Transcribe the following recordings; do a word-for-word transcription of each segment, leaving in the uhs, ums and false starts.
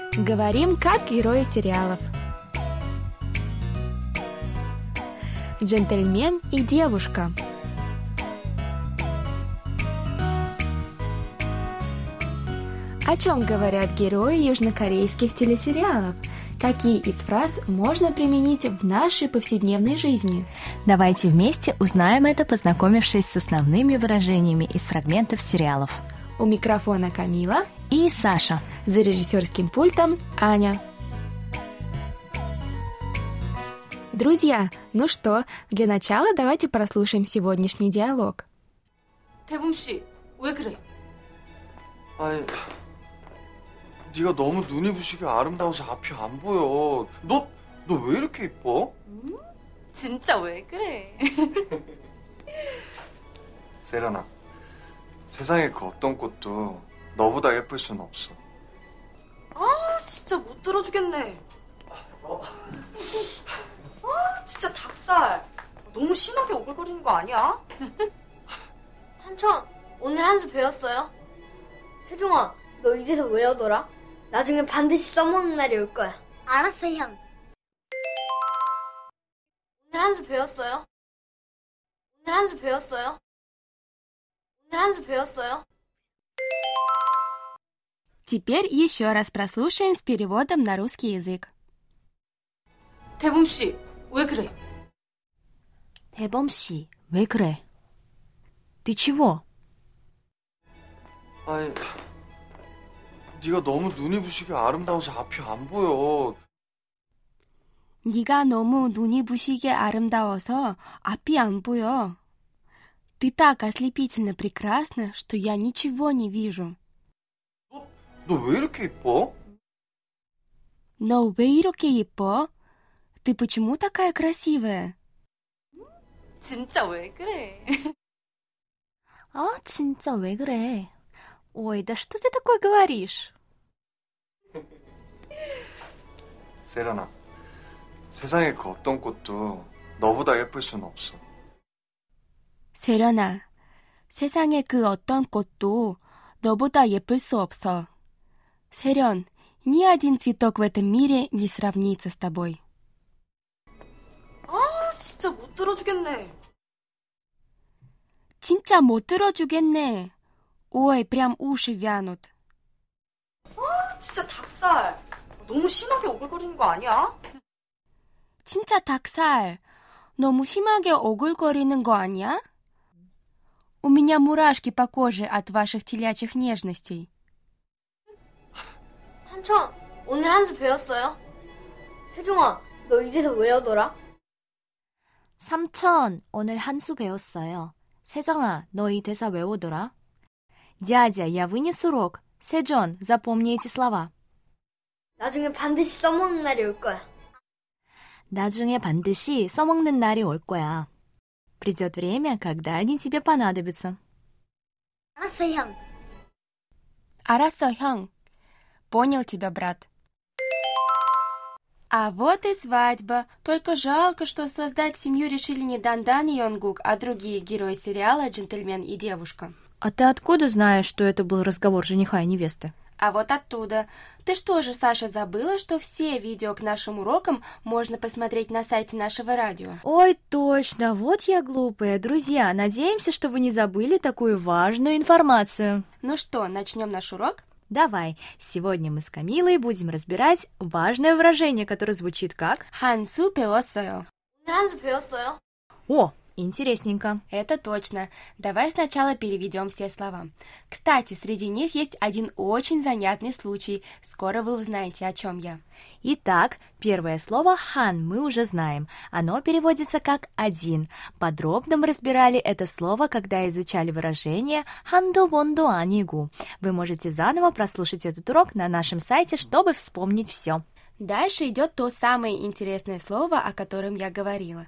Говорим, как герои сериалов. Джентльмен и девушка. О чем говорят герои южнокорейских телесериалов? Какие из фраз можно применить в нашей повседневной жизни? Давайте вместе узнаем это, познакомившись с основными выражениями из фрагментов сериалов. У микрофона Камила и Саша. За режиссерским пультом Аня. Друзья, ну что, для начала давайте прослушаем сегодняшний диалог. 대범 씨, 왜 그래? 아니, 네가 너무 눈이 부시게 아름다워서 앞이 안 보여. 너, 너 왜 이렇게 이뻐? 음? 진짜 왜 그래? 세련아, 세상에 그 어떤 꽃도 너보다 예쁠 수는 없어. 아, 진짜 못 들어주겠네. 어? 아, 진짜 닭살. 너무 심하게 오글거리는 거 아니야? 삼촌, 오늘 한 수 배웠어요? 혜종아, 너 이 대사 외우더라? 나중에 반드시 써먹는 날이 올 거야. 알았어, 형. 오늘 한 수 배웠어요? 오늘 한 수 배웠어요? 오늘 한 수 배웠어요? Теперь еще раз прослушаем с переводом на русский язык. 대범 씨, 왜 그래? 대범 씨, 왜 그래? Ты чего? 아니, 네가 너무 눈이 부시게 아름다워서 앞이 안 보여. 네가 너무 눈이 부시게 아름다워서 앞이 안 보여. Ты так ослепительно прекрасна, что я ничего не вижу. 너, 너 왜 이렇게 이뻐? 너 왜 이렇게 예뻐? Ты почему такая красивая? 진짜 왜 그래? А, 진짜 왜 그래? Ой, да что ты такое говоришь? 세련아, 세상에 그 어떤 꽃도 너보다 예쁠 수는 없어. 세련아, 세상에 그 어떤 꽃도 너보다 예쁠 수 없어. 세련, ни один цветок в этом мире не сравнится с тобой. 아, 진짜 못 들어주겠네. 진짜 못 들어주겠네. Ой, прям уши вянут. 아, 진짜 닭살. 너무 심하게 오글거리는 거 아니야? 진짜 닭살. 너무 심하게 오글거리는 거 아니야? У меня мурашки по коже от ваших телячьих нежностей. 삼촌, 오늘 한 수 배웠어요? 혜종아, 너 이 대사 외우더라? 삼촌, 오늘 한 수 배웠어요. 세정아, 너 이 대사 외우더라? Дядя, я вынес урок. Сэджон, запомни эти слова. 나중에 반드시 써먹는 날이 올 거야. 나중에 반드시 써먹는 날이 올 거야. Придет время, когда они тебе понадобятся. 알았어, 형. 알았어, 형. Понял тебя, брат. А вот и свадьба. Только жалко, что создать семью решили не Дандан и Йонгук, а другие герои сериала «Джентльмен и девушка». А ты откуда знаешь, что это был разговор жениха и невесты? А вот оттуда. Ты что же, Саша, забыла, что все видео к нашим урокам можно посмотреть на сайте нашего радио? Ой, точно, вот я глупая. Друзья, надеемся, что вы не забыли такую важную информацию. Ну что, начнем наш урок? Давай, сегодня мы с Камилой будем разбирать важное выражение, которое звучит как 한 수 배웠어요. 오늘 한 수 배웠어요? О, интересненько. Это точно. Давай сначала переведем все слова. Кстати, среди них есть один очень занятный случай. Скоро вы узнаете, о чем я. Итак, первое слово «хан» мы уже знаем. Оно переводится как «один». Подробно мы разбирали это слово, когда изучали выражение «ханду бонду анигу». Вы можете заново прослушать этот урок на нашем сайте, чтобы вспомнить все. Дальше идет то самое интересное слово, о котором я говорила.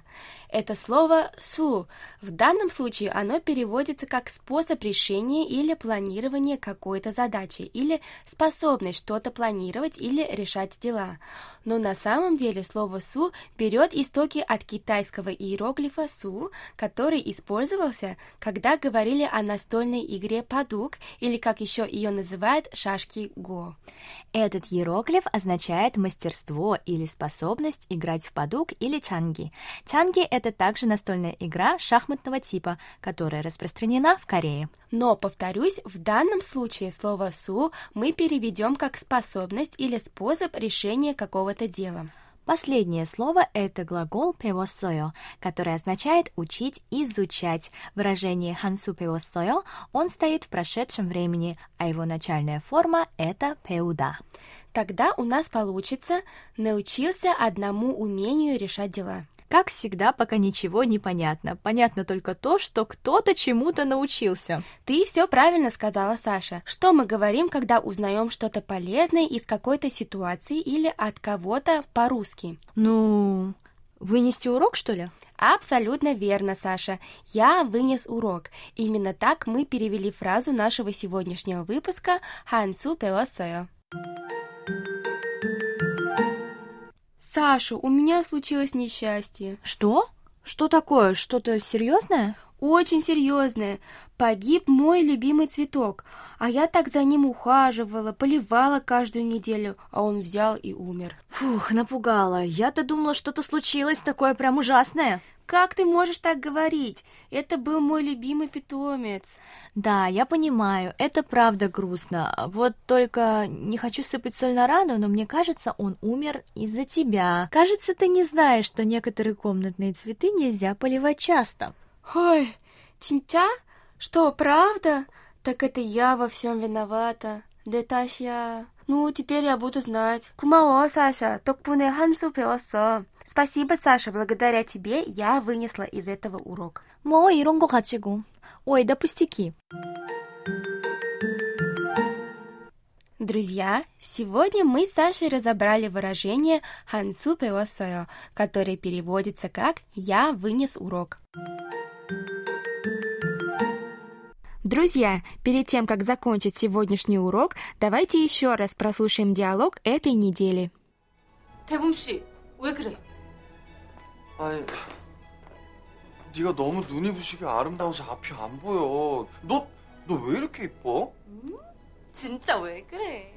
Это слово «су». В данном случае оно переводится как способ решения или планирования какой-то задачи, или способность что-то планировать или решать дела. Но на самом деле слово «су» берет истоки от китайского иероглифа «су», который использовался, когда говорили о настольной игре «падук», или, как еще ее называют, шашки «го». Этот иероглиф означает мастерство или способность играть в падук или чанги. Чанги — это также настольная игра шахматного типа, которая распространена в Корее. Но, повторюсь, в данном случае слово «су» мы переведем как способность или способ решения какого-то дела. Последнее слово – это глагол 배웠어요, который означает «учить», «изучать». Выражение «한수 배웠어요» он стоит в прошедшем времени, а его начальная форма – это 배우다. Тогда у нас получится «научился одному умению решать дела». Как всегда, пока ничего не понятно. Понятно только то, что кто-то чему-то научился. Ты все правильно сказала, Саша. Что мы говорим, когда узнаем что-то полезное из какой-то ситуации или от кого-то по-русски? Ну, вынести урок, что ли? Абсолютно верно, Саша. Я вынес урок. Именно так мы перевели фразу нашего сегодняшнего выпуска «한수 배웠어요». Саша, у меня случилось несчастье. Что? Что такое? Что-то серьезное? Очень серьезное. Погиб мой любимый цветок, а я так за ним ухаживала, поливала каждую неделю, а он взял и умер. Фух, напугала. Я-то думала, что-то случилось такое прям ужасное. Как ты можешь так говорить? Это был мой любимый питомец. Да, я понимаю, это правда грустно. Вот только не хочу сыпать соль на рану, но мне кажется, он умер из-за тебя. Кажется, ты не знаешь, что некоторые комнатные цветы нельзя поливать часто. Ой, 진짜? Что, правда? Так это я во всем виновата. Детаща. Ну, теперь я буду знать. 고마워, Саша. 덕분에 한수 배웠어. Спасибо, Саша. Благодаря тебе я вынесла из этого урок. 뭐 이런 거 가지고. Ой, да пустяки. Друзья, сегодня мы с Сашей разобрали выражение «한수 배웠어요», которое переводится как «я вынес урок». Друзья, перед тем, как закончить сегодняшний урок, давайте еще раз прослушаем диалог этой недели. 대범 씨, 왜 그래? 아니, 네가 너무 눈이 부시게 아름다워서 앞이 안 보여. 너, 너 왜 이렇게 이뻐? 음? 진짜 왜 그래?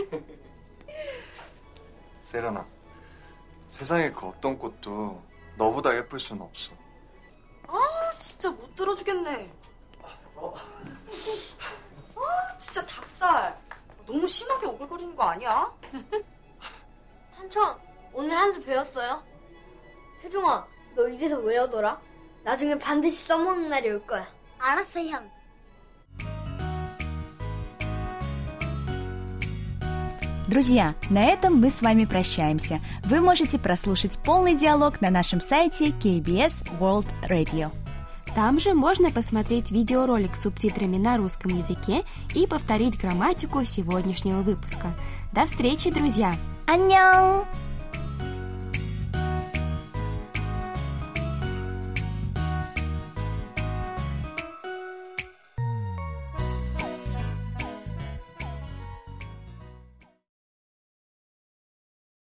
세련아, 세상에 그 어떤 꽃도 너보다 예쁠 수는 없어. 아, 진짜 못 들어주겠네. 아, 진짜 닭살. 너무 심하게 오글거리는 거 아니야? 삼촌, 오늘 한 수 배웠어요? 혜종아, 너 이래서 외우더라? 나중에 반드시 써먹는 날이 올 거야. 알았어, 형. Друзья, на этом мы с вами прощаемся. Вы можете прослушать полный диалог на нашем сайте кей би эс World Radio. Там же можно посмотреть видеоролик с субтитрами на русском языке и повторить грамматику сегодняшнего выпуска. До встречи, друзья! 안녕!